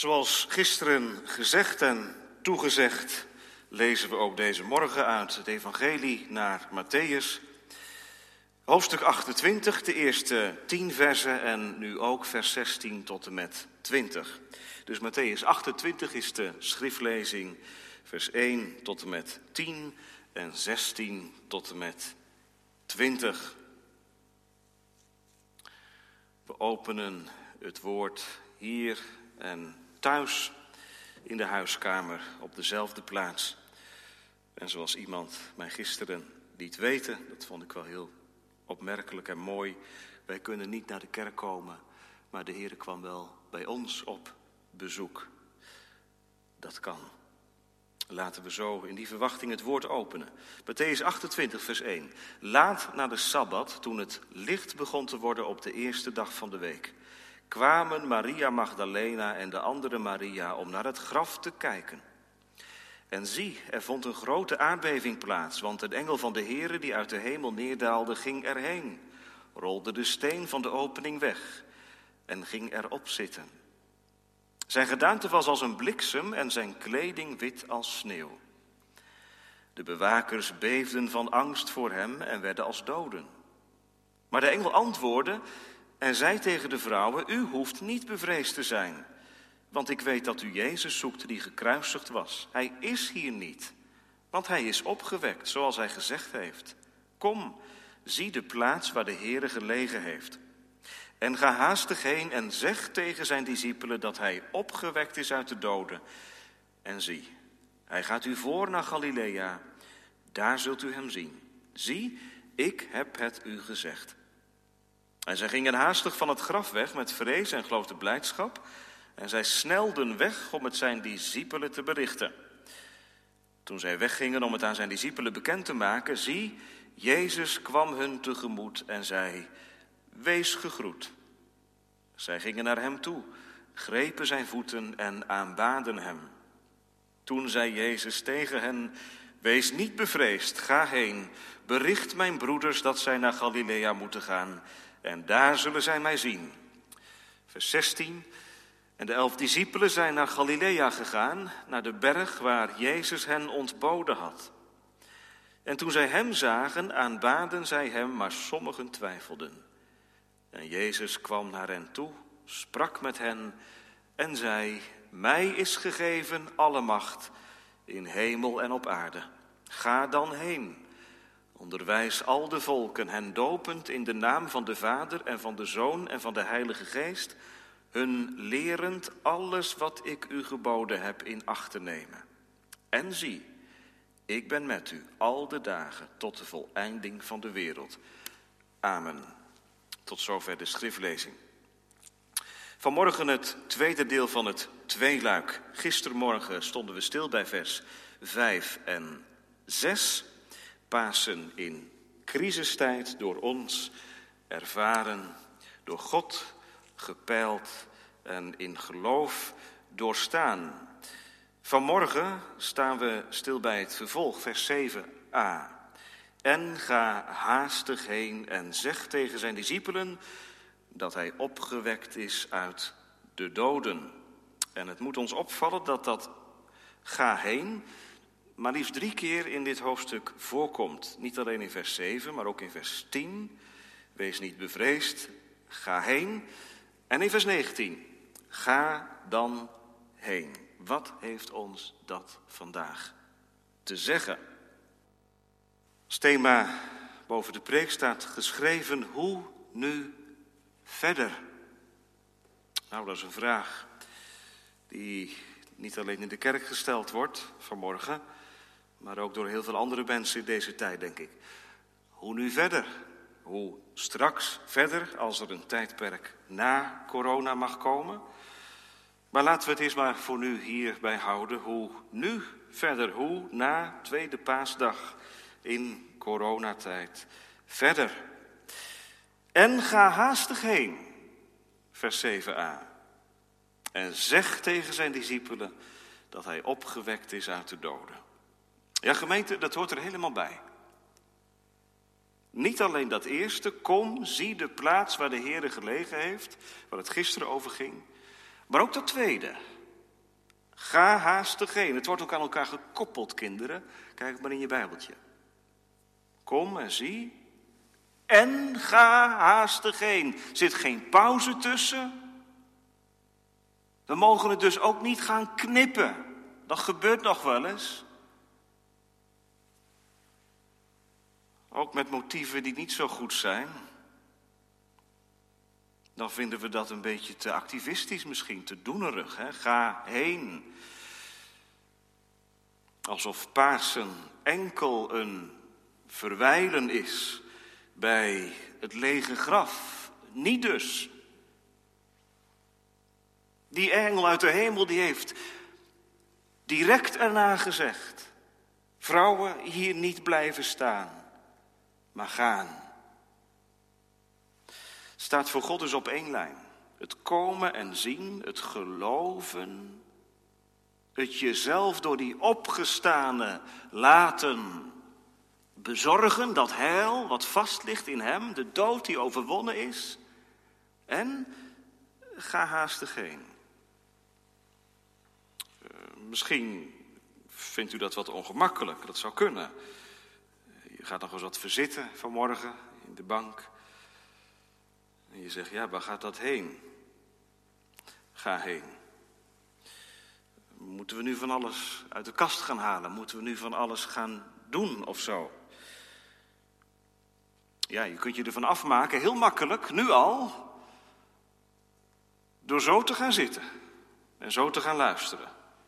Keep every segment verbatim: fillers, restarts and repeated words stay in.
Zoals gisteren gezegd en toegezegd, lezen we ook deze morgen uit het evangelie naar Mattheüs. Hoofdstuk achtentwintig, de eerste tien versen en nu ook vers zestien tot en met twintig. Dus Mattheüs achtentwintig is de schriftlezing, vers één tot en met tien en zestien tot en met twintig. We openen het woord hier en thuis in de huiskamer op dezelfde plaats. En zoals iemand mij gisteren liet weten, dat vond ik wel heel opmerkelijk en mooi. Wij kunnen niet naar de kerk komen, maar de Heer kwam wel bij ons op bezoek. Dat kan. Laten we zo in die verwachting het woord openen. Mattheüs achtentwintig, vers één. Laat na de Sabbat, toen het licht begon te worden op de eerste dag van de week, kwamen Maria Magdalena en de andere Maria om naar het graf te kijken. En zie, er vond een grote aardbeving plaats, want een engel van de Heere die uit de hemel neerdaalde, ging erheen, rolde de steen van de opening weg en ging erop zitten. Zijn gedaante was als een bliksem en zijn kleding wit als sneeuw. De bewakers beefden van angst voor hem en werden als doden. Maar de engel antwoordde en zei tegen de vrouwen: U hoeft niet bevreesd te zijn, want ik weet dat u Jezus zoekt die gekruisigd was. Hij is hier niet, want hij is opgewekt, zoals hij gezegd heeft. Kom, zie de plaats waar de Heere gelegen heeft. En ga haastig heen en zeg tegen zijn discipelen dat hij opgewekt is uit de doden. En zie, hij gaat u voor naar Galilea, daar zult u hem zien. Zie, ik heb het u gezegd. En zij gingen haastig van het graf weg met vrees en grote blijdschap. En zij snelden weg om het zijn discipelen te berichten. Toen zij weggingen om het aan zijn discipelen bekend te maken, zie, Jezus kwam hun tegemoet en zei: Wees gegroet. Zij gingen naar hem toe, grepen zijn voeten en aanbaden hem. Toen zei Jezus tegen hen: Wees niet bevreesd, ga heen, bericht mijn broeders dat zij naar Galilea moeten gaan. En daar zullen zij mij zien. Vers zestien. En de elf discipelen zijn naar Galilea gegaan, naar de berg waar Jezus hen ontboden had. En toen zij hem zagen, aanbaden zij hem, maar sommigen twijfelden. En Jezus kwam naar hen toe, sprak met hen en zei: Mij is gegeven alle macht in hemel en op aarde. Ga dan heen. Onderwijs al de volken, hen dopend in de naam van de Vader en van de Zoon en van de Heilige Geest, hun lerend alles wat ik u geboden heb in acht te nemen. En zie, ik ben met u al de dagen tot de voleinding van de wereld. Amen. Tot zover de schriftlezing. Vanmorgen het tweede deel van het tweeluik. Gistermorgen stonden we stil bij vers vijf en zes. Pasen in crisistijd, door ons ervaren, door God gepeild en in geloof doorstaan. Vanmorgen staan we stil bij het vervolg, vers zeven a. En ga haastig heen en zeg tegen zijn discipelen dat hij opgewekt is uit de doden. En het moet ons opvallen dat dat ga heen maar liefst drie keer in dit hoofdstuk voorkomt. Niet alleen in vers zeven, maar ook in vers tien. Wees niet bevreesd, ga heen. En in vers negentien, ga dan heen. Wat heeft ons dat vandaag te zeggen? Als thema boven de preek staat geschreven: hoe nu verder? Nou, dat is een vraag die niet alleen in de kerk gesteld wordt vanmorgen, maar ook door heel veel andere mensen in deze tijd, denk ik. Hoe nu verder? Hoe straks verder, als er een tijdperk na corona mag komen? Maar laten we het eerst maar voor nu hierbij houden. Hoe nu verder? Hoe na tweede paasdag in coronatijd verder? En ga haastig heen, vers zeven a. En zeg tegen zijn discipelen dat hij opgewekt is uit de doden. Ja, gemeente, dat hoort er helemaal bij. Niet alleen dat eerste, kom, zie de plaats waar de Heere gelegen heeft, waar het gisteren over ging. Maar ook dat tweede, Ga haastig heen. Het wordt ook aan elkaar gekoppeld, kinderen. Kijk maar in je Bijbeltje. Kom en zie. En ga haastig heen. Er zit geen pauze tussen. We mogen het dus ook niet gaan knippen. Dat gebeurt nog wel eens. Ook met motieven die niet zo goed zijn. Dan vinden we dat een beetje te activistisch misschien, te doenerig. Hè? Ga heen. Alsof Pasen enkel een verwijlen is bij het lege graf. Niet dus. Die engel uit de hemel die heeft direct erna gezegd: vrouwen, hier niet blijven staan, maar gaan. Staat voor God dus op één lijn. Het komen en zien, het geloven, het jezelf door die opgestane laten bezorgen, dat heil wat vast ligt in hem, de dood die overwonnen is. En ga haastig heen. Uh, misschien vindt u dat wat ongemakkelijk, dat zou kunnen. Je gaat nog eens wat verzitten vanmorgen in de bank. En je zegt, ja, waar gaat dat heen? Ga heen. Moeten we nu van alles uit de kast gaan halen? Moeten we nu van alles gaan doen of zo? Ja, je kunt je ervan afmaken, heel makkelijk, nu al, door zo te gaan zitten en zo te gaan luisteren.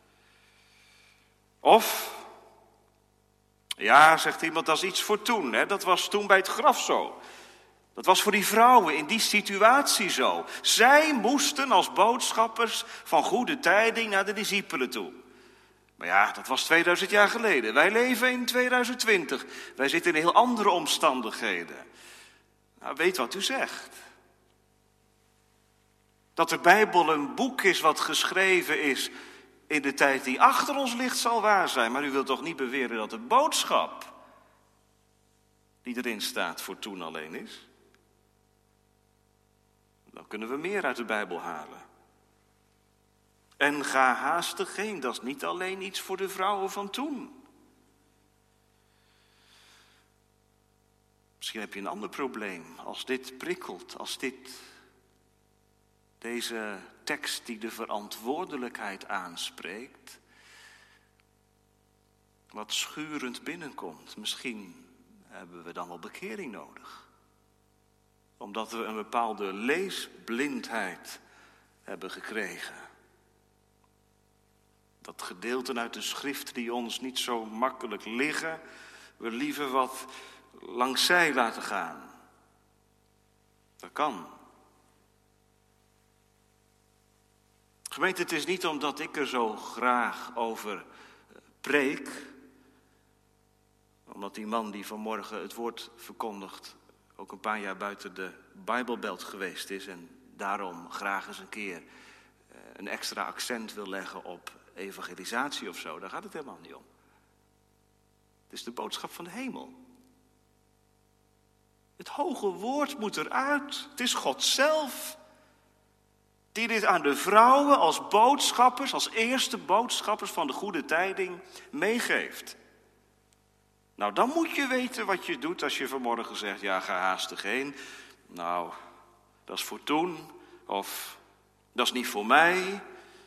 Of, ja, zegt iemand, dat is iets voor toen, hè? Dat was toen bij het graf zo. Dat was voor die vrouwen in die situatie zo. Zij moesten als boodschappers van goede tijding naar de discipelen toe. Maar ja, dat was tweeduizend jaar geleden. Wij leven in tweeduizend twintig. Wij zitten in heel andere omstandigheden. Nou, weet wat u zegt. Dat de Bijbel een boek is wat geschreven is in de tijd die achter ons ligt, zal waar zijn. Maar u wilt toch niet beweren dat de boodschap die erin staat voor toen alleen is? Dan kunnen we meer uit de Bijbel halen. En ga haastig heen, dat is niet alleen iets voor de vrouwen van toen. Misschien heb je een ander probleem. Als dit prikkelt, als dit, deze tekst die de verantwoordelijkheid aanspreekt, wat schurend binnenkomt. Misschien hebben we dan wel bekering nodig. Omdat we een bepaalde leesblindheid hebben gekregen. Dat gedeelten uit de schrift die ons niet zo makkelijk liggen, we liever wat langs zij laten gaan. Dat kan. Gemeente, het is niet omdat ik er zo graag over preek, omdat die man die vanmorgen het woord verkondigt ook een paar jaar buiten de Bijbelbelt geweest is en daarom graag eens een keer een extra accent wil leggen op evangelisatie of zo. Daar gaat het helemaal niet om. Het is de boodschap van de hemel. Het hoge woord moet eruit. Het is God zelf die dit aan de vrouwen als boodschappers, als eerste boodschappers van de goede tijding meegeeft. Nou, dan moet je weten wat je doet als je vanmorgen zegt, ja, ga haastig heen. Nou, dat is voor toen, of dat is niet voor mij.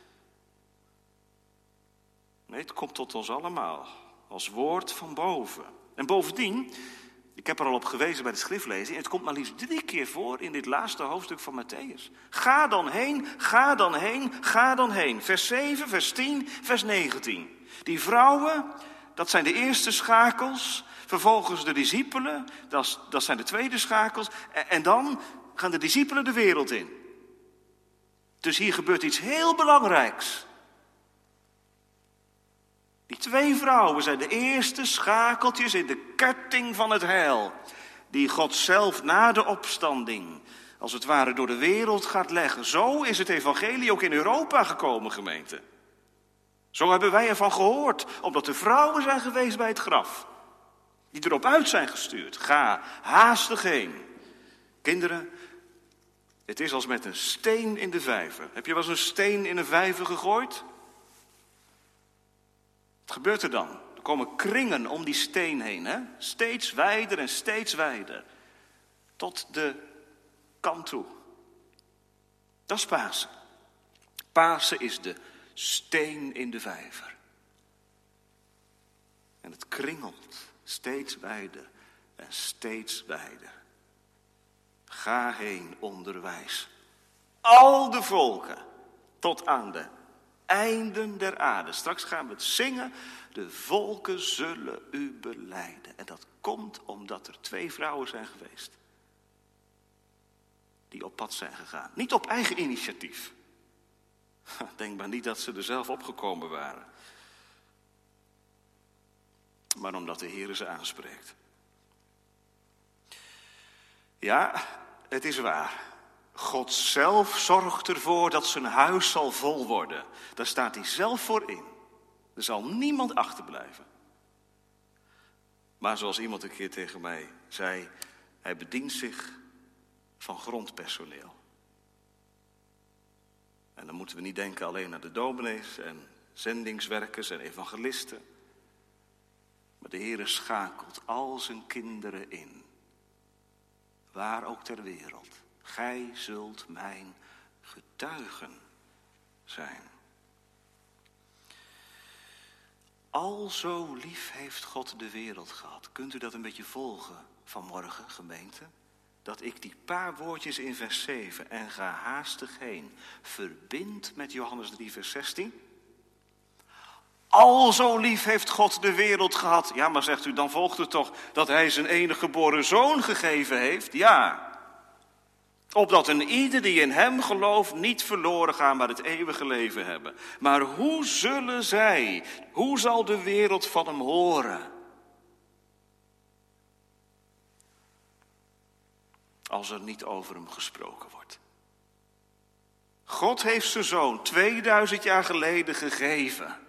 Nee, het komt tot ons allemaal, als woord van boven. En bovendien, ik heb er al op gewezen bij de schriftlezing, het komt maar liefst drie keer voor in dit laatste hoofdstuk van Mattheüs. Ga dan heen, ga dan heen, ga dan heen. Vers zeven, vers tien, vers negentien. Die vrouwen, dat zijn de eerste schakels. Vervolgens de discipelen, dat, is, dat zijn de tweede schakels. En, en dan gaan de discipelen de wereld in. Dus hier gebeurt iets heel belangrijks. Die twee vrouwen zijn de eerste schakeltjes in de ketting van het heil. Die God zelf na de opstanding, als het ware, door de wereld gaat leggen. Zo is het evangelie ook in Europa gekomen, gemeente. Zo hebben wij ervan gehoord, omdat de vrouwen zijn geweest bij het graf. Die erop uit zijn gestuurd. Ga haastig heen. Kinderen, het is als met een steen in de vijver. Heb je wel eens een steen in een vijver gegooid? Wat gebeurt er dan? Er komen kringen om die steen heen. Hè? Steeds wijder en steeds wijder. Tot de kant toe. Dat is Pasen. Pasen is de steen in de vijver. En het kringelt steeds wijder en steeds wijder. Ga heen, onderwijs. Al de volken tot aan de einden der aarde. Straks gaan we het zingen. De volken zullen u belijden. En dat komt omdat er twee vrouwen zijn geweest. Die op pad zijn gegaan. Niet op eigen initiatief. Denk maar niet dat ze er zelf opgekomen waren. Maar omdat de Heer ze aanspreekt. Ja, het is waar. God zelf zorgt ervoor dat zijn huis zal vol worden. Daar staat hij zelf voor in. Er zal niemand achterblijven. Maar zoals iemand een keer tegen mij zei, hij bedient zich van grondpersoneel. En dan moeten we niet denken alleen aan de dominees en zendingswerkers en evangelisten. Maar de Heere schakelt al zijn kinderen in. Waar ook ter wereld. Gij zult mijn getuigen zijn. Al zo lief heeft God de wereld gehad. Kunt u dat een beetje volgen vanmorgen, gemeente? Dat ik die paar woordjes in vers zeven en ga haastig heen verbind met Johannes drie vers zestien. Al zo lief heeft God de wereld gehad. Ja, maar zegt u, dan volgt het toch dat hij zijn enige geboren zoon gegeven heeft? Ja. Opdat een ieder die in hem gelooft niet verloren gaan, maar het eeuwige leven hebben. Maar hoe zullen zij, hoe zal de wereld van hem horen? Als er niet over hem gesproken wordt. God heeft zijn zoon tweeduizend jaar geleden gegeven.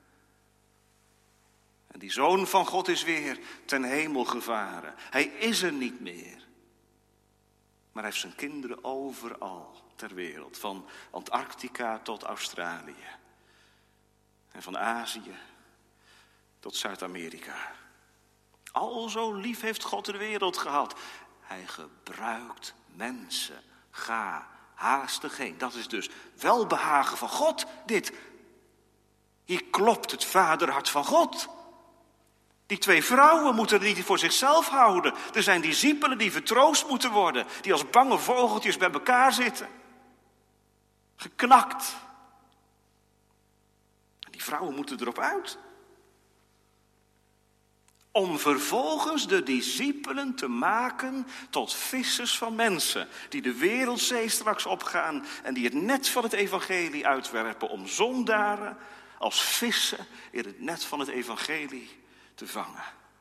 En die zoon van God is weer ten hemel gevaren. Hij is er niet meer. Maar hij heeft zijn kinderen overal ter wereld. Van Antarctica tot Australië. En van Azië tot Zuid-Amerika. Al zo lief heeft God de wereld gehad. Hij gebruikt mensen. Ga haastig heen. Dat is dus welbehagen van God, dit. Hier klopt het vaderhart van God. Die twee vrouwen moeten het niet voor zichzelf houden. Er zijn discipelen die vertroost moeten worden. Die als bange vogeltjes bij elkaar zitten. Geknakt. En die vrouwen moeten erop uit. Om vervolgens de discipelen te maken tot vissers van mensen. Die de wereldzee straks opgaan en die het net van het evangelie uitwerpen. Om zondaren als vissen in het net van het evangelie te vangen.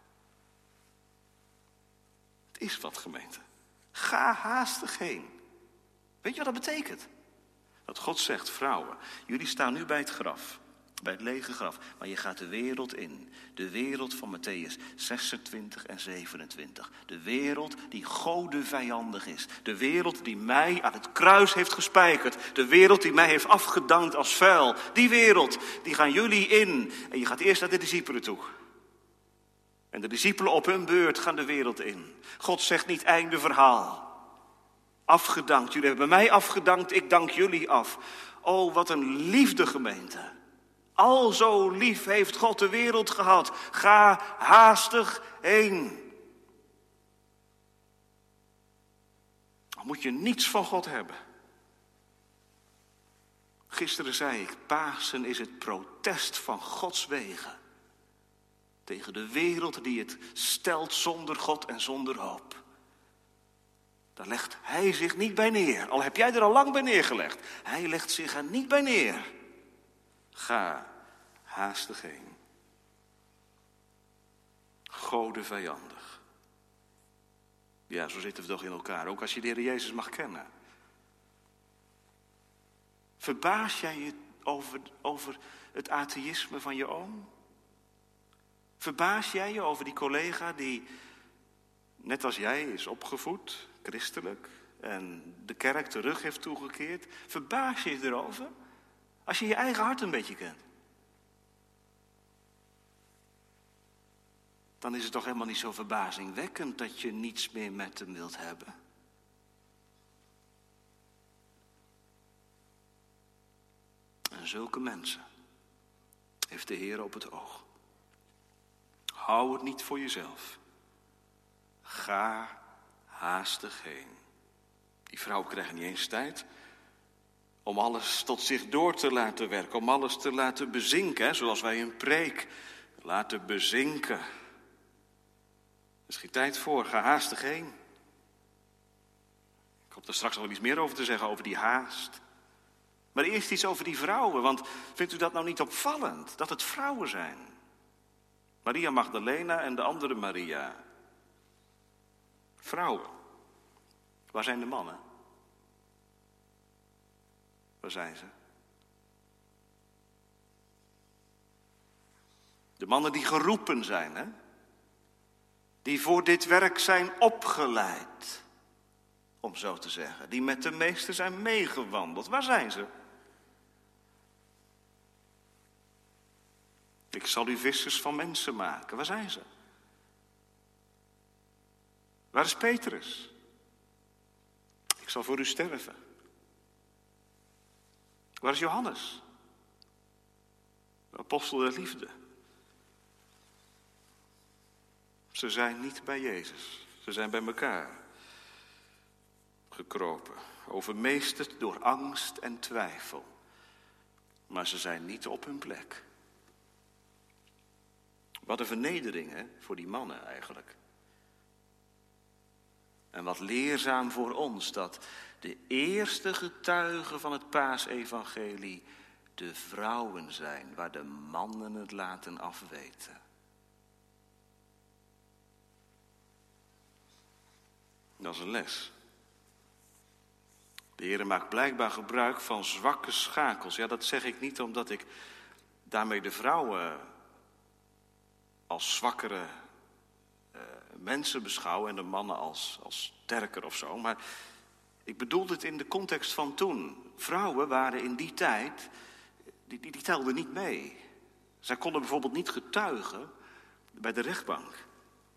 Het is wat, gemeente. Ga haastig heen. Weet je wat dat betekent? Dat God zegt, vrouwen, jullie staan nu bij het graf. Bij het lege graf. Maar je gaat de wereld in. De wereld van Mattheüs zesentwintig en zevenentwintig. De wereld die godenvijandig is. De wereld die mij aan het kruis heeft gespijkerd. De wereld die mij heeft afgedankt als vuil. Die wereld, die gaan jullie in. En je gaat eerst naar de discipelen toe. En de discipelen op hun beurt gaan de wereld in. God zegt niet einde verhaal. Afgedankt, jullie hebben mij afgedankt, ik dank jullie af. Oh, wat een liefde, gemeente. Al zo lief heeft God de wereld gehad. Ga haastig heen. Dan moet je niets van God hebben. Gisteren zei ik, Pasen is het protest van Gods wegen. Tegen de wereld die het stelt zonder God en zonder hoop. Daar legt hij zich niet bij neer. Al heb jij er al lang bij neergelegd. Hij legt zich er niet bij neer. Ga haastig heen. Gode vijandig. Ja, zo zitten we toch in elkaar. Ook als je de Heer Jezus mag kennen. Verbaas jij je over, over het atheïsme van je oom? Verbaas jij je over die collega die, net als jij, is opgevoed, christelijk, en de kerk de rug heeft toegekeerd? Verbaas je je erover? Als je je eigen hart een beetje kent. dan is het toch helemaal niet zo verbazingwekkend dat je niets meer met hem wilt hebben. En zulke mensen heeft de Heer op het oog. Hou het niet voor jezelf. Ga haastig heen. Die vrouwen krijgen niet eens tijd om alles tot zich door te laten werken, om alles te laten bezinken, hè, zoals wij een preek laten bezinken. Er is geen tijd voor, ga haastig heen. Ik hoop er straks nog wel iets meer over te zeggen, over die haast. Maar eerst iets over die vrouwen, want vindt u dat nou niet opvallend, dat het vrouwen zijn? Maria Magdalena en de andere Maria. Vrouwen. Waar zijn de mannen? Waar zijn ze? De mannen die geroepen zijn, hè? Die voor dit werk zijn opgeleid, om zo te zeggen. Die met de meester zijn meegewandeld. Waar zijn ze? Ik zal u vissers van mensen maken. Waar zijn ze? Waar is Petrus? Ik zal voor u sterven. Waar is Johannes? De apostel der liefde. Ze zijn niet bij Jezus. Ze zijn bij elkaar gekropen. Overmeesterd door angst en twijfel. Maar ze zijn niet op hun plek. Wat een vernedering, hè, voor die mannen eigenlijk. En wat leerzaam voor ons dat de eerste getuigen van het paasevangelie de vrouwen zijn, waar de mannen het laten afweten. Dat is een les. De Heer maakt blijkbaar gebruik van zwakke schakels. Ja, dat zeg ik niet omdat ik daarmee de vrouwen als zwakkere uh, mensen beschouw en de mannen als, als sterker of zo. Maar ik bedoel het in de context van toen. Vrouwen waren in die tijd, die, die, die telden niet mee. Zij konden bijvoorbeeld niet getuigen bij de rechtbank.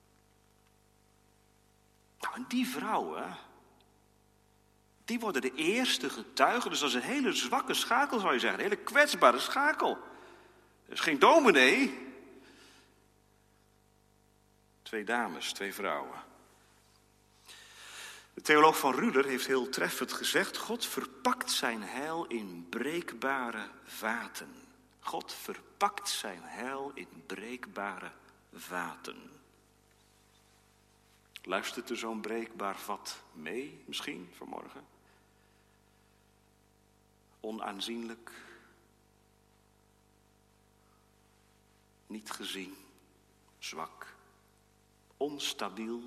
Nou, en die vrouwen, die worden de eerste getuigen. Dus dat is een hele zwakke schakel, zou je zeggen. Een hele kwetsbare schakel. Er is geen dominee. Twee dames, twee vrouwen. De theoloog van Ruler heeft heel treffend gezegd: God verpakt zijn heil in breekbare vaten. God verpakt zijn heil in breekbare vaten. Luistert er zo'n breekbaar vat mee, misschien, vanmorgen? Onaanzienlijk. Niet gezien. Zwak. Onstabiel.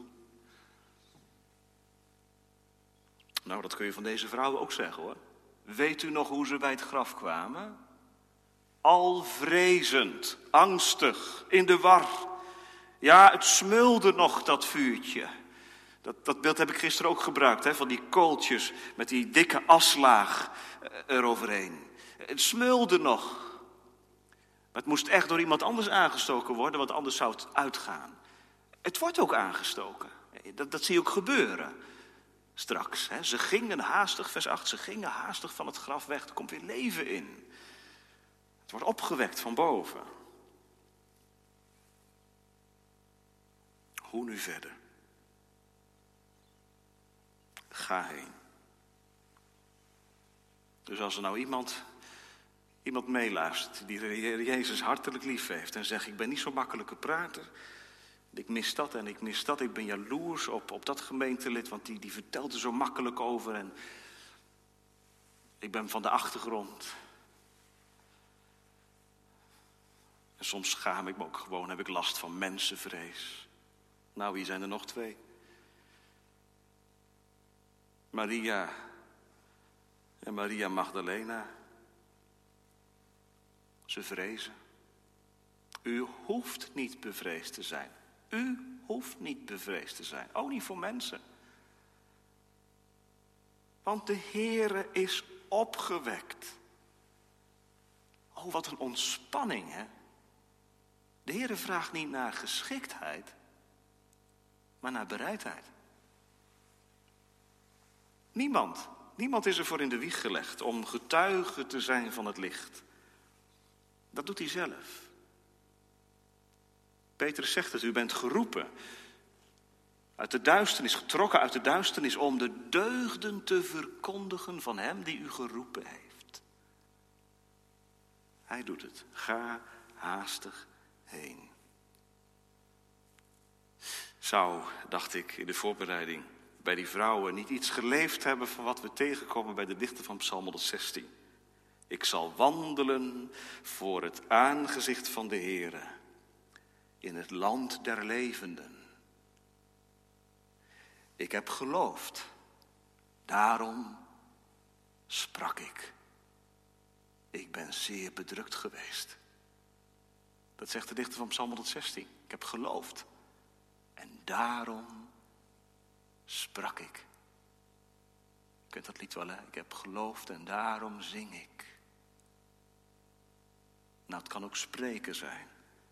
Nou, dat kun je van deze vrouwen ook zeggen, hoor. Weet u nog hoe ze bij het graf kwamen? Al vrezend, angstig, in de war. Ja, het smeulde nog, dat vuurtje. Dat, dat beeld heb ik gisteren ook gebruikt, hè, van die kooltjes met die dikke aslaag eroverheen. Het smeulde nog. Maar het moest echt door iemand anders aangestoken worden, want anders zou het uitgaan. Het wordt ook aangestoken. Dat, dat zie je ook gebeuren. Straks, hè. Ze gingen haastig, vers acht, ze gingen haastig van het graf weg. Er komt weer leven in. Het wordt opgewekt van boven. Hoe nu verder? Ga heen. Dus als er nou iemand, iemand meeluistert die de Heer Jezus hartelijk lief heeft en zegt: ik ben niet zo'n makkelijke prater. Ik mis dat en ik mis dat. Ik ben jaloers op, op dat gemeentelid, want die, die vertelt er zo makkelijk over. En ik ben van de achtergrond. En soms schaam ik me ook gewoon, heb ik last van mensenvrees. Nou, hier zijn er nog twee. Maria en Maria Magdalena. Ze vrezen. U hoeft niet bevreesd te zijn. U hoeft niet bevreesd te zijn. Ook niet voor mensen. Want de Heere is opgewekt. Oh, wat een ontspanning, hè? De Heere vraagt niet naar geschiktheid, maar naar bereidheid. Niemand, niemand is ervoor in de wieg gelegd om getuige te zijn van het licht. Dat doet hij zelf. Petrus zegt het, u bent geroepen uit de duisternis, getrokken uit de duisternis om de deugden te verkondigen van hem die u geroepen heeft. Hij doet het. Ga haastig heen. Zou, dacht ik in de voorbereiding, bij die vrouwen niet iets geleefd hebben van wat we tegenkomen bij de dichter van Psalm honderdzestien. Ik zal wandelen voor het aangezicht van de Heere in het land der levenden. Ik heb geloofd, daarom sprak ik. Ik ben zeer bedrukt geweest. Dat zegt de dichter van Psalm honderdzestien. Ik heb geloofd en daarom sprak ik. Je kent dat lied wel, hè? Ik heb geloofd en daarom zing ik. Nou, het kan ook spreken zijn.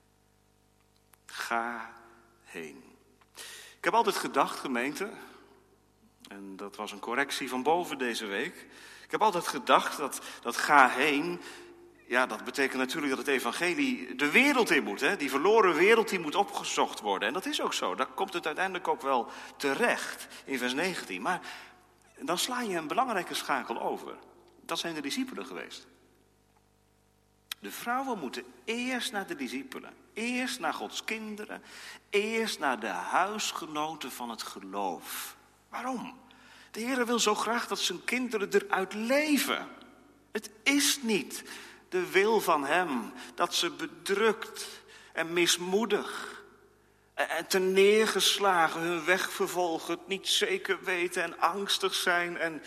Ga heen. Ik heb altijd gedacht, gemeente, en dat was een correctie van boven deze week. Ik heb altijd gedacht dat, dat ga heen, ja, dat betekent natuurlijk dat het evangelie de wereld in moet. Hè? Die verloren wereld, die moet opgezocht worden. En dat is ook zo. Daar komt het uiteindelijk ook wel terecht in vers negentien. Maar dan sla je een belangrijke schakel over. Dat zijn de discipelen geweest. De vrouwen moeten eerst naar de discipelen. Eerst naar Gods kinderen. Eerst naar de huisgenoten van het geloof. Waarom? De Heer wil zo graag dat zijn kinderen eruit leven. Het is niet de wil van hem dat ze bedrukt en mismoedig en ten neergeslagen hun weg vervolgen, het niet zeker weten en angstig zijn. En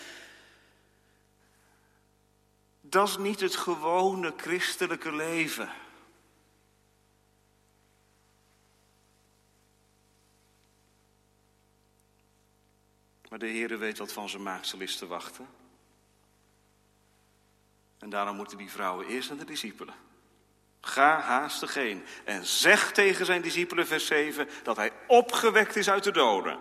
dat is niet het gewone christelijke leven. Maar de Heere weet wat van zijn maaksel is te wachten. En daarom moeten die vrouwen eerst naar de discipelen. Ga haastig heen en zeg tegen zijn discipelen, vers zeven, dat hij opgewekt is uit de doden.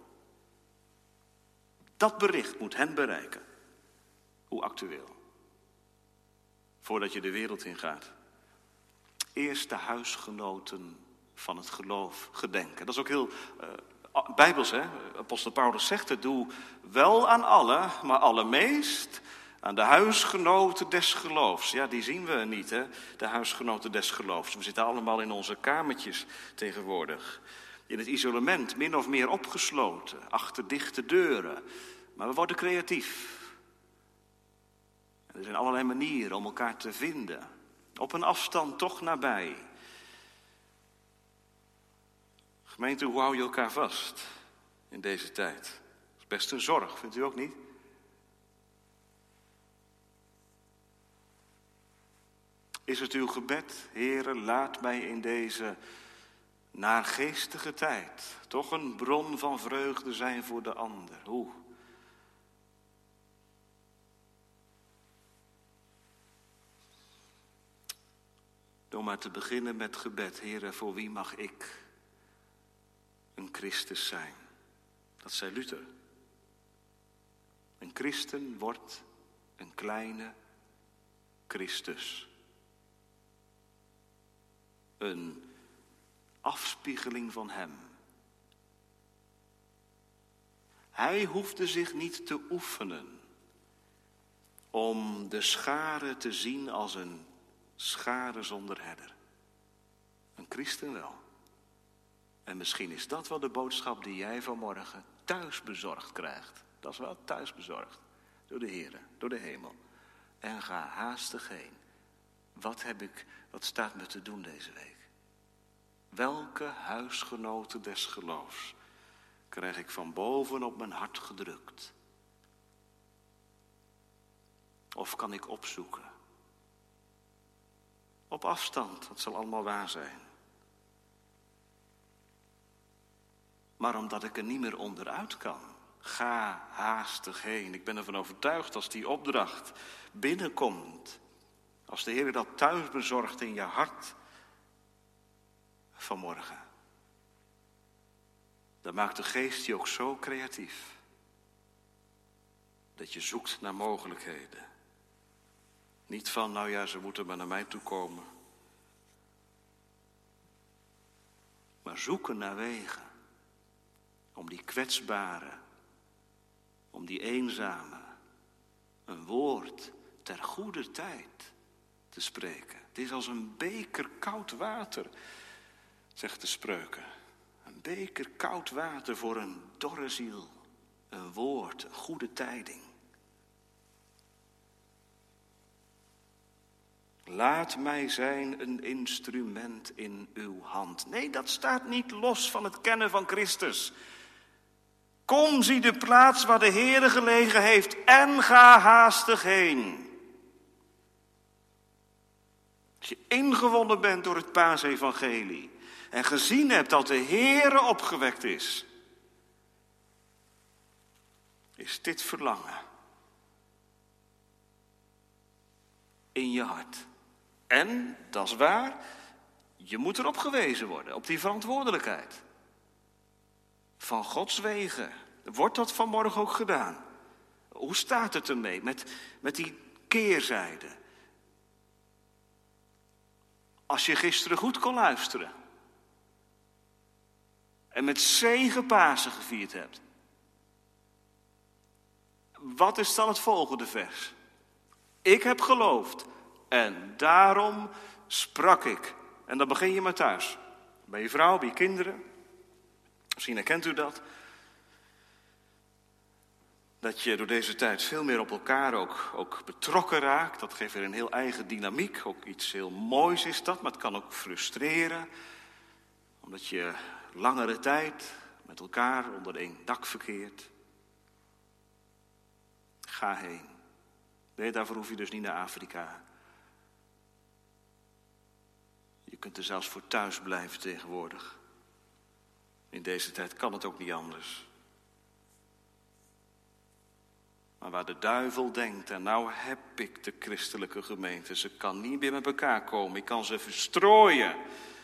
Dat bericht moet hen bereiken. Hoe actueel. Voordat je de wereld ingaat. Eerst de huisgenoten van het geloof gedenken. Dat is ook heel uh, bijbels, hè? Apostel Paulus zegt het, doe wel aan allen, maar allermeest aan de huisgenoten des geloofs. Ja, die zien we niet, hè? De huisgenoten des geloofs. We zitten allemaal in onze kamertjes tegenwoordig. In het isolement, min of meer opgesloten, achter dichte deuren. Maar we worden creatief. En er zijn allerlei manieren om elkaar te vinden. Op een afstand toch nabij. Gemeente, hoe hou je elkaar vast in deze tijd? Dat is best een zorg, vindt u ook niet? Is het uw gebed, Heere, laat mij in deze naargeestige tijd toch een bron van vreugde zijn voor de ander? Hoe? Door maar te beginnen met gebed, Heere, voor wie mag ik een Christus zijn? Dat zei Luther. Een christen wordt een kleine Christus. Een afspiegeling van hem. Hij hoefde zich niet te oefenen om de schare te zien als een schare zonder herder. Een christen wel. En misschien is dat wel de boodschap die jij vanmorgen thuis bezorgd krijgt. Dat is wel thuis bezorgd. Door de Heere, door de hemel. En ga haastig heen. Wat heb ik, wat staat me te doen deze week? Welke huisgenoten des geloofs krijg ik van boven op mijn hart gedrukt? Of kan ik opzoeken? Op afstand, dat zal allemaal waar zijn. Maar omdat ik er niet meer onderuit kan, ga haastig heen. Ik ben ervan overtuigd als die opdracht binnenkomt, als de Heer dat thuis bezorgt in je hart, vanmorgen. Dan maakt de geest je ook zo creatief. Dat je zoekt naar mogelijkheden. Niet van, nou ja, ze moeten maar naar mij toe komen. Maar zoeken naar wegen. Om die kwetsbare, om die eenzame, een woord ter goede tijd te spreken. Het is als een beker koud water, zegt de Spreuken. Een beker koud water voor een dorre ziel. Een woord, een goede tijding. Laat mij zijn een instrument in uw hand. Nee, dat staat niet los van het kennen van Christus. Kom, zie de plaats waar de Heere gelegen heeft en ga haastig heen. Als je ingewonnen bent door het paasevangelie en gezien hebt dat de Heere opgewekt is, is dit verlangen in je hart. En, dat is waar, je moet erop gewezen worden, op die verantwoordelijkheid. Van Gods wegen. Wordt dat vanmorgen ook gedaan? Hoe staat het ermee met, met die keerzijde? Als je gisteren goed kon luisteren en met zegen Pasen gevierd hebt. Wat is dan het volgende vers? Ik heb geloofd en daarom sprak ik. En dan begin je maar thuis. Bij je vrouw, bij je kinderen. Misschien herkent u dat. Dat je door deze tijd veel meer op elkaar ook, ook betrokken raakt. Dat geeft weer een heel eigen dynamiek. Ook iets heel moois is dat, maar het kan ook frustreren. Omdat je langere tijd met elkaar onder één dak verkeert. Ga heen. Nee, daarvoor hoef je dus niet naar Afrika. Je kunt er zelfs voor thuis blijven tegenwoordig. In deze tijd kan het ook niet anders. Maar waar de duivel denkt, en nou heb ik de christelijke gemeente, ze kan niet meer met elkaar komen, ik kan ze verstrooien,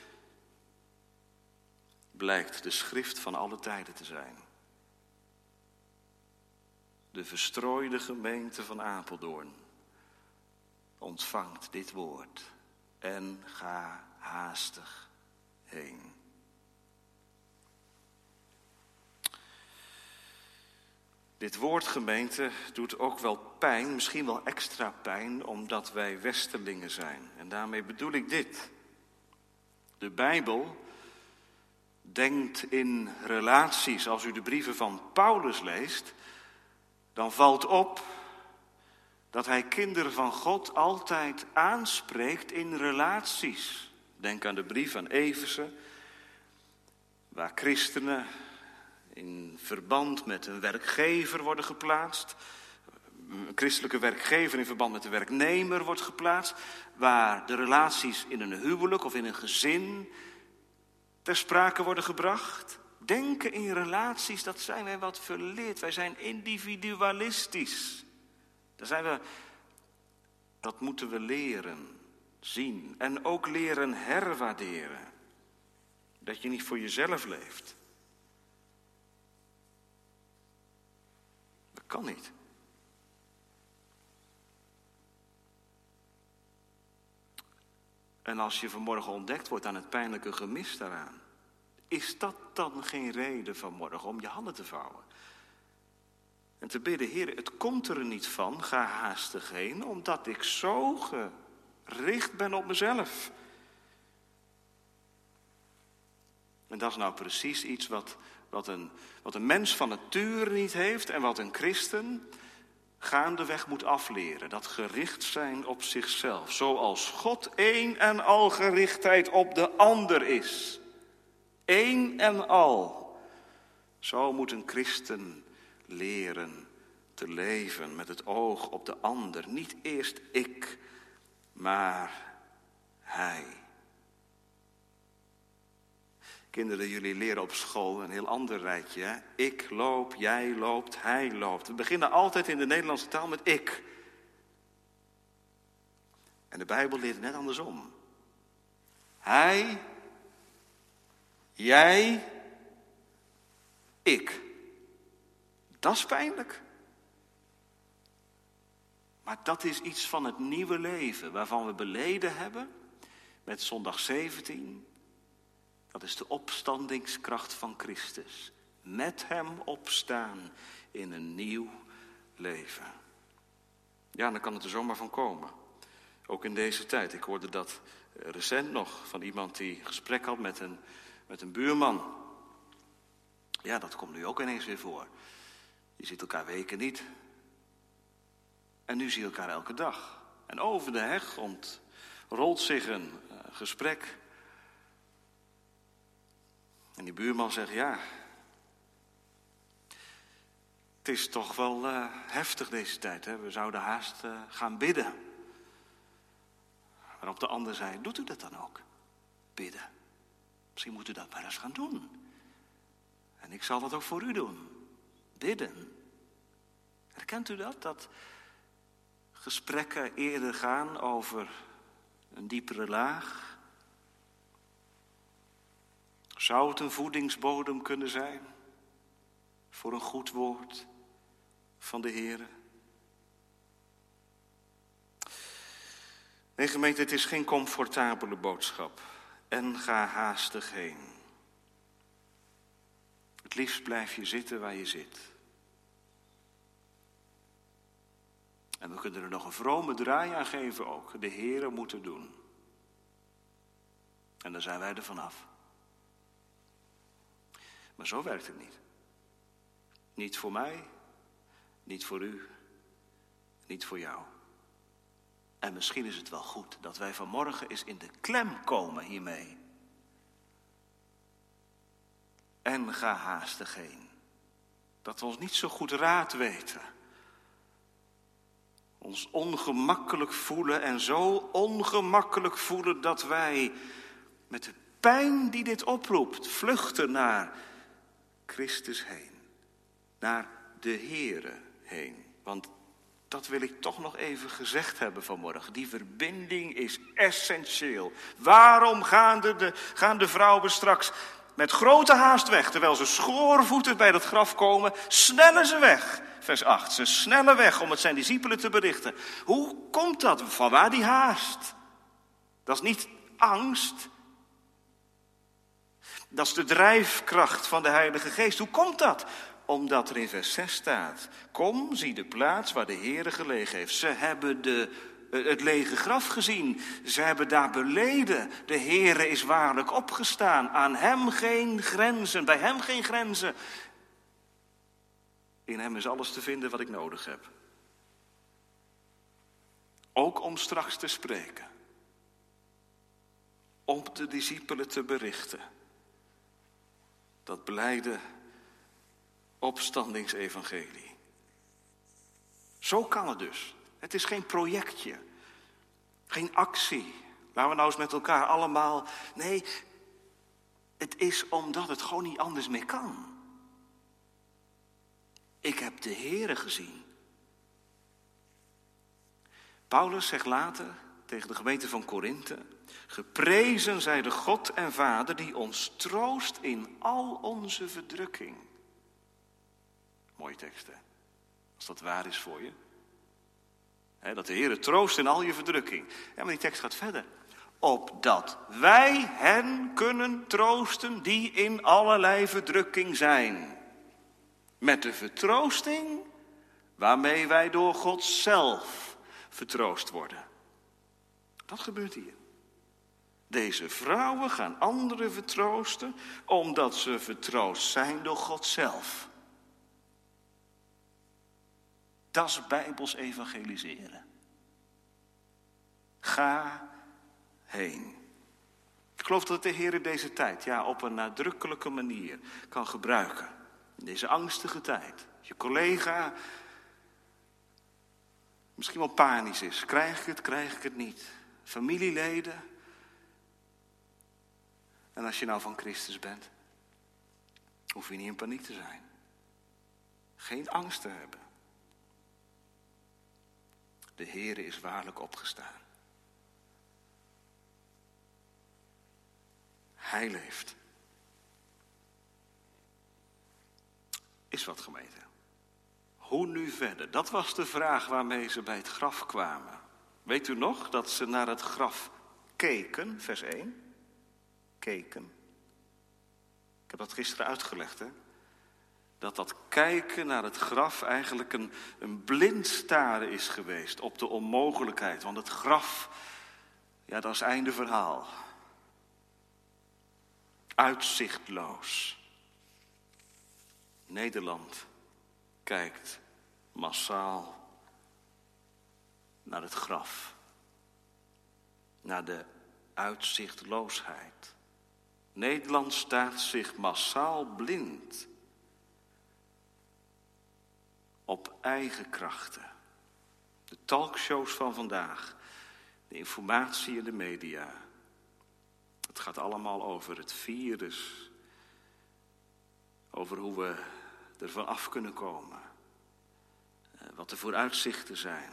blijkt de schrift van alle tijden te zijn. De verstrooide gemeente van Apeldoorn ontvangt dit woord en ga haastig heen. Dit woord, gemeente, doet ook wel pijn, misschien wel extra pijn, omdat wij westerlingen zijn. En daarmee bedoel ik dit. De Bijbel denkt in relaties. Als u de brieven van Paulus leest, dan valt op dat hij kinderen van God altijd aanspreekt in relaties. Denk aan de brief aan Efeze, waar christenen in verband met een werkgever worden geplaatst. Een christelijke werkgever in verband met de werknemer wordt geplaatst. Waar de relaties in een huwelijk of in een gezin ter sprake worden gebracht. Denken in relaties, dat zijn wij wat verleerd. Wij zijn individualistisch. Daar zijn we, dat moeten we leren, zien. En ook leren herwaarderen. Dat je niet voor jezelf leeft. Dat kan niet. En als je vanmorgen ontdekt wordt aan het pijnlijke gemis daaraan, is dat dan geen reden vanmorgen om je handen te vouwen? En te bidden, Heer, het komt er niet van, ga haastig heen, omdat ik zo gericht ben op mezelf. En dat is nou precies iets wat, wat, een, wat een mens van nature niet heeft en wat een christen gaandeweg moet afleren. Dat gericht zijn op zichzelf. Zoals God één en al gerichtheid op de ander is. Eén en al. Zo moet een christen leren te leven met het oog op de ander. Niet eerst ik, maar hij. Kinderen, jullie leren op school een heel ander rijtje. Hè? Ik loop, jij loopt, hij loopt. We beginnen altijd in de Nederlandse taal met ik. En de Bijbel leert net andersom. Hij Jij, ik. Dat is pijnlijk. Maar dat is iets van het nieuwe leven waarvan we beleden hebben met zondag zeventien. Dat is de opstandingskracht van Christus. Met hem opstaan in een nieuw leven. Ja, dan kan het er zomaar van komen. Ook in deze tijd. Ik hoorde dat recent nog van iemand die gesprek had met een, met een buurman. Ja, dat komt nu ook ineens weer voor. Je ziet elkaar weken niet. En nu zie je elkaar elke dag. En over de heg ontrolt zich een uh, gesprek. En die buurman zegt, ja, het is toch wel uh, heftig deze tijd. Hè? We zouden haast uh, gaan bidden. Waarop de ander zei, doet u dat dan ook? Bidden. Misschien moet u dat maar eens gaan doen. En ik zal dat ook voor u doen. Bidden. Herkent u dat? Dat gesprekken eerder gaan over een diepere laag. Zou het een voedingsbodem kunnen zijn voor een goed woord van de Heere? Nee, gemeente, het is geen comfortabele boodschap. En ga haastig heen. Het liefst blijf je zitten waar je zit. En we kunnen er nog een vrome draai aan geven ook. De Heere moet het doen. En dan zijn wij er vanaf. Maar zo werkt het niet. Niet voor mij, niet voor u, niet voor jou. En misschien is het wel goed dat wij vanmorgen eens in de klem komen hiermee. En ga haastig heen. Dat we ons niet zo goed raad weten. Ons ongemakkelijk voelen en zo ongemakkelijk voelen dat wij met de pijn die dit oproept vluchten naar Christus heen. Naar de Heere heen. Want dat wil ik toch nog even gezegd hebben vanmorgen. Die verbinding is essentieel. Waarom gaan de, de, gaan de vrouwen straks met grote haast weg? Terwijl ze schoorvoetend bij dat graf komen, snellen ze weg. Vers acht, ze snellen weg om het zijn discipelen te berichten. Hoe komt dat? Vanwaar die haast? Dat is niet angst. Dat is de drijfkracht van de Heilige Geest. Hoe komt dat? Omdat er in vers zes staat, kom, zie de plaats waar de Heere gelegen heeft. Ze hebben de, het lege graf gezien. Ze hebben daar beleden. De Heere is waarlijk opgestaan. Aan hem geen grenzen, bij hem geen grenzen. In hem is alles te vinden wat ik nodig heb. Ook om straks te spreken. Om de discipelen te berichten. Dat blijde opstandingsevangelie. Zo kan het dus. Het is geen projectje. Geen actie. Laten we nou eens met elkaar allemaal... Nee, het is omdat het gewoon niet anders meer kan. Ik heb de Heere gezien. Paulus zegt later tegen de gemeente van Korinthe: geprezen zij de God en Vader die ons troost in al onze verdrukking. Mooie tekst, hè? Als dat waar is voor je. He, dat de Heere troost in al je verdrukking. Ja, maar die tekst gaat verder. Opdat wij hen kunnen troosten die in allerlei verdrukking zijn. Met de vertroosting waarmee wij door God zelf vertroost worden. Dat gebeurt hier. Deze vrouwen gaan anderen vertroosten omdat ze vertroost zijn door God zelf. Dat is bijbels evangeliseren. Ga heen. Ik geloof dat de Heer in deze tijd ja, op een nadrukkelijke manier kan gebruiken. In deze angstige tijd. Als je collega misschien wel panisch is. Krijg ik het, krijg ik het niet. Familieleden. En als je nou van Christus bent, hoef je niet in paniek te zijn. Geen angst te hebben. De Heere is waarlijk opgestaan. Hij leeft. Is wat, gemeente. Hoe nu verder? Dat was de vraag waarmee ze bij het graf kwamen. Weet u nog dat ze naar het graf keken, vers één? Keken. Ik heb dat gisteren uitgelegd, hè? Dat dat kijken naar het graf eigenlijk een, een blind staren is geweest op de onmogelijkheid. Want het graf, ja, dat is einde verhaal. Uitzichtloos. Nederland kijkt massaal naar het graf. Naar de uitzichtloosheid. Nederland staat zich massaal blind op eigen krachten. De talkshows van vandaag, de informatie in de media. Het gaat allemaal over het virus. Over hoe we ervan af kunnen komen. Wat de vooruitzichten zijn.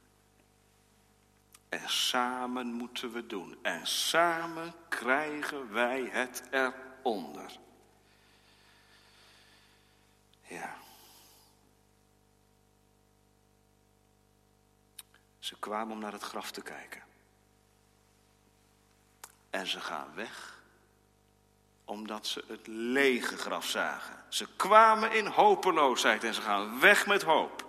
En samen moeten we doen. En samen krijgen wij het eronder. Ja. Ze kwamen om naar het graf te kijken. En ze gaan weg, omdat ze het lege graf zagen. Ze kwamen in hopeloosheid en ze gaan weg met hoop.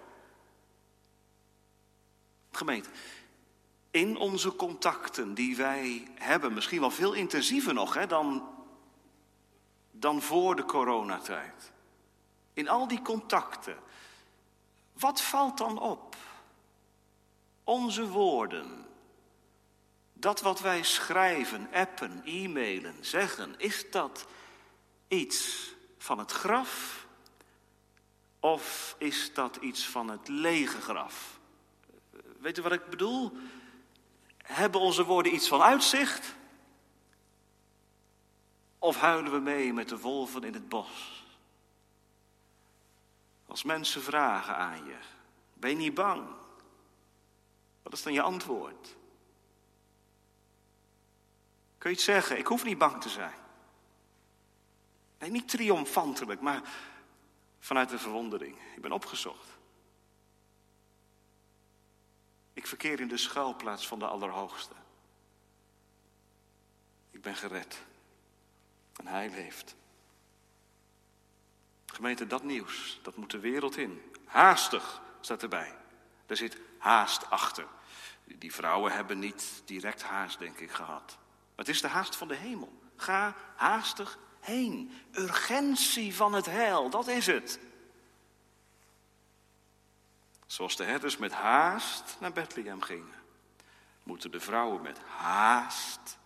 Gemeente, in onze contacten die wij hebben, misschien wel veel intensiever nog hè, dan, dan voor de coronatijd. In al die contacten, wat valt dan op? Onze woorden, dat wat wij schrijven, appen, e-mailen, zeggen, is dat iets van het graf of is dat iets van het lege graf? Weet u wat ik bedoel? Hebben onze woorden iets van uitzicht? Of huilen we mee met de wolven in het bos? Als mensen vragen aan je, ben je niet bang? Wat is dan je antwoord? Kun je het zeggen, ik hoef niet bang te zijn. Nee, niet triomfantelijk, maar vanuit de verwondering. Ik ben opgezocht. Ik verkeer in de schuilplaats van de Allerhoogste. Ik ben gered. En hij leeft. Gemeente, dat nieuws, dat moet de wereld in. Haastig staat erbij. Daar zit haast achter. Die vrouwen hebben niet direct haast, denk ik, gehad. Maar het is de haast van de hemel. Ga haastig heen. Urgentie van het heil, dat is het. Zoals de herders met haast naar Bethlehem gingen, moeten de vrouwen met haast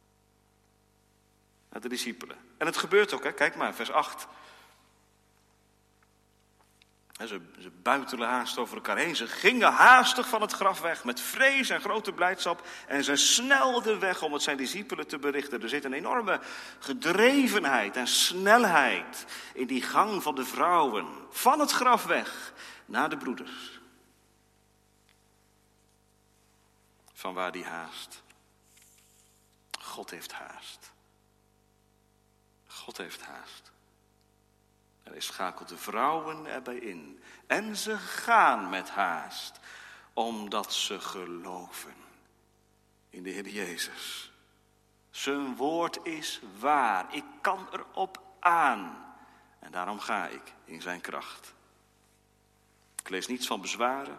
naar de discipelen. En het gebeurt ook, hè? Kijk maar, vers acht. Ze, ze buitelen haast over elkaar heen. Ze gingen haastig van het graf weg met vrees en grote blijdschap. En ze snelden weg om het zijn discipelen te berichten. Er zit een enorme gedrevenheid en snelheid in die gang van de vrouwen. Van het graf weg naar de broeders. Vanwaar die haast? God heeft haast. God heeft haast. En hij schakelt de vrouwen erbij in. En ze gaan met haast, omdat ze geloven in de Heer Jezus. Zijn woord is waar. Ik kan erop aan. En daarom ga ik in zijn kracht. Ik lees niets van bezwaren.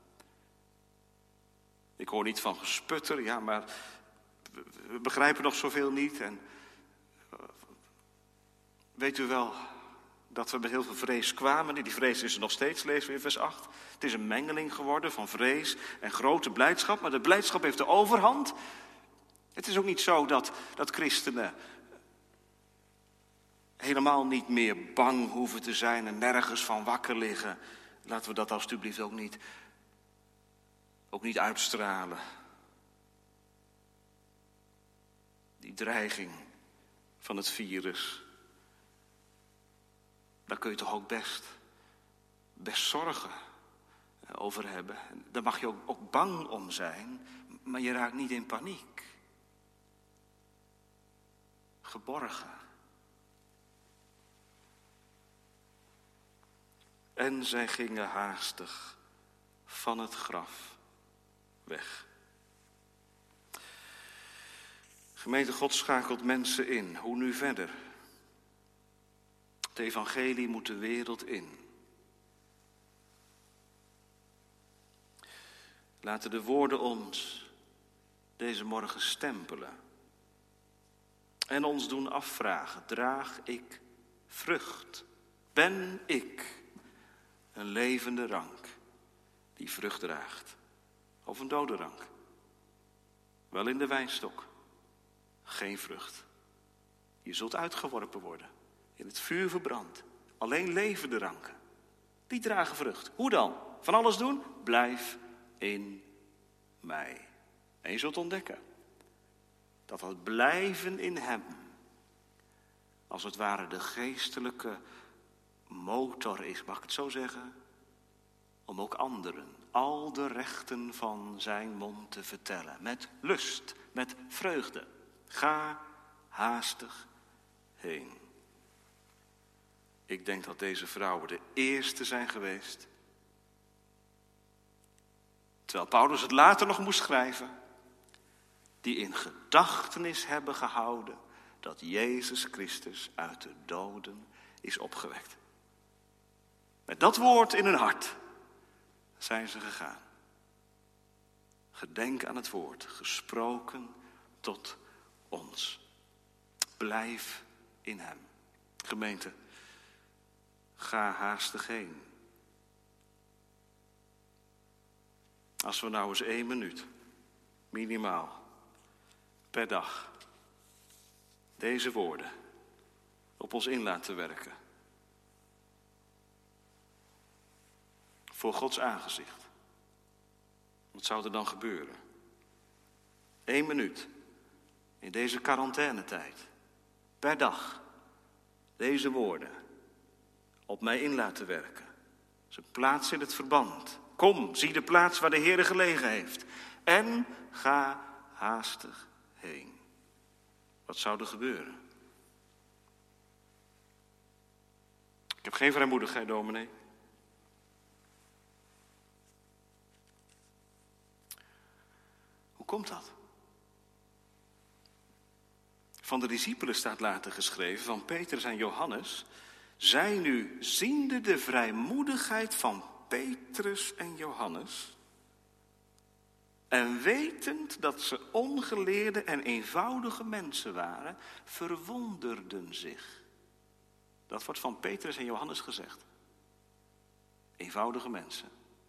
Ik hoor niet van gesputter. Ja, maar we begrijpen nog zoveel niet. En weet u wel dat we met heel veel vrees kwamen. Die vrees is er nog steeds, lezen we in vers acht. Het is een mengeling geworden van vrees en grote blijdschap. Maar de blijdschap heeft de overhand. Het is ook niet zo dat, dat christenen helemaal niet meer bang hoeven te zijn en nergens van wakker liggen. Laten we dat alstublieft ook niet, ook niet uitstralen. Die dreiging van het virus. Daar kun je toch ook best, best zorgen over hebben. Daar mag je ook, ook bang om zijn, maar je raakt niet in paniek. Geborgen. En zij gingen haastig van het graf weg. Gemeente, God schakelt mensen in. Hoe nu verder? Het evangelie moet de wereld in. Laten de woorden ons deze morgen stempelen. En ons doen afvragen, draag ik vrucht? Ben ik een levende rank die vrucht draagt? Of een dode rank? Wel in de wijnstok, geen vrucht. Je zult uitgeworpen worden, in het vuur verbrand. Alleen levende ranken, die dragen vrucht. Hoe dan? Van alles doen? Blijf in mij. En je zult ontdekken dat het blijven in hem als het ware de geestelijke motor is, mag ik het zo zeggen? Om ook anderen al de rechten van zijn mond te vertellen. Met lust, met vreugde. Ga haastig heen. Ik denk dat deze vrouwen de eerste zijn geweest. Terwijl Paulus het later nog moest schrijven. Die in gedachtenis hebben gehouden dat Jezus Christus uit de doden is opgewekt. Met dat woord in hun hart zijn ze gegaan. Gedenk aan het woord, gesproken tot ons. Blijf in hem. Gemeente, ga haastig heen. Als we nou eens één minuut, minimaal, per dag, deze woorden op ons in laten werken. Voor Gods aangezicht. Wat zou er dan gebeuren? Eén minuut in deze quarantainetijd, per dag, deze woorden op mij in laten werken. Ze plaats in het verband. Kom, zie de plaats waar de Heere gelegen heeft. En ga haastig heen. Wat zou er gebeuren? Ik heb geen vrijmoedigheid, dominee. Hoe komt dat? Van de discipelen staat later geschreven, van Petrus en Johannes. Zij nu, ziende de vrijmoedigheid van Petrus en Johannes, en wetend dat ze ongeleerde en eenvoudige mensen waren, verwonderden zich. Dat wordt van Petrus en Johannes gezegd. Eenvoudige mensen.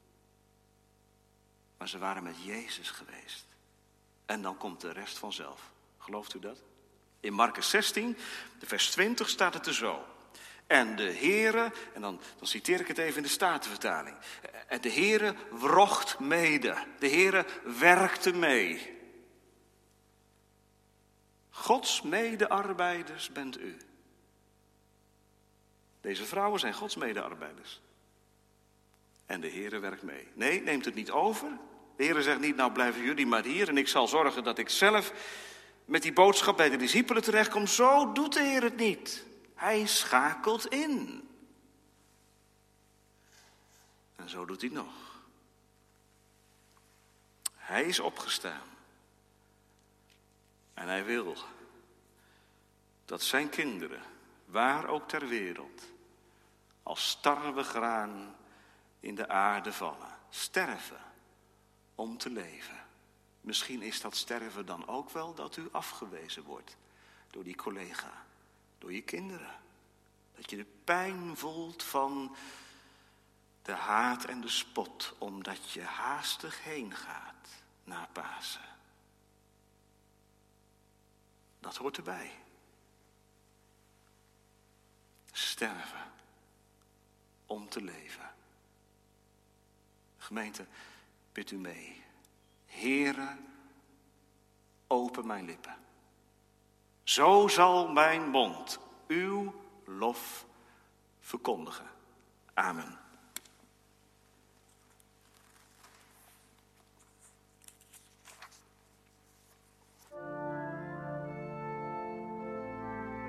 Maar ze waren met Jezus geweest. En dan komt de rest vanzelf. Gelooft u dat? In Markus zestien, de vers twintig, staat het er zo. En de Heere, en dan, dan citeer ik het even in de Statenvertaling. En de Heere wrocht mede. De Heere werkte mee. Gods medearbeiders bent u. Deze vrouwen zijn Gods medearbeiders. En de Heere werkt mee. Nee, neemt het niet over. De Heere zegt niet, nou blijven jullie maar hier en ik zal zorgen dat ik zelf met die boodschap bij de discipelen terechtkom. Zo doet de Heer het niet. Hij schakelt in. En zo doet hij nog. Hij is opgestaan. En hij wil dat zijn kinderen, waar ook ter wereld, als tarwe graan in de aarde vallen. Sterven om te leven. Misschien is dat sterven dan ook wel dat u afgewezen wordt door die collega, door je kinderen. Dat je de pijn voelt van de haat en de spot, omdat je haastig heen gaat na Pasen. Dat hoort erbij. Sterven om te leven. Gemeente, bid u mee. Heere, open mijn lippen. Zo zal mijn mond uw lof verkondigen. Amen.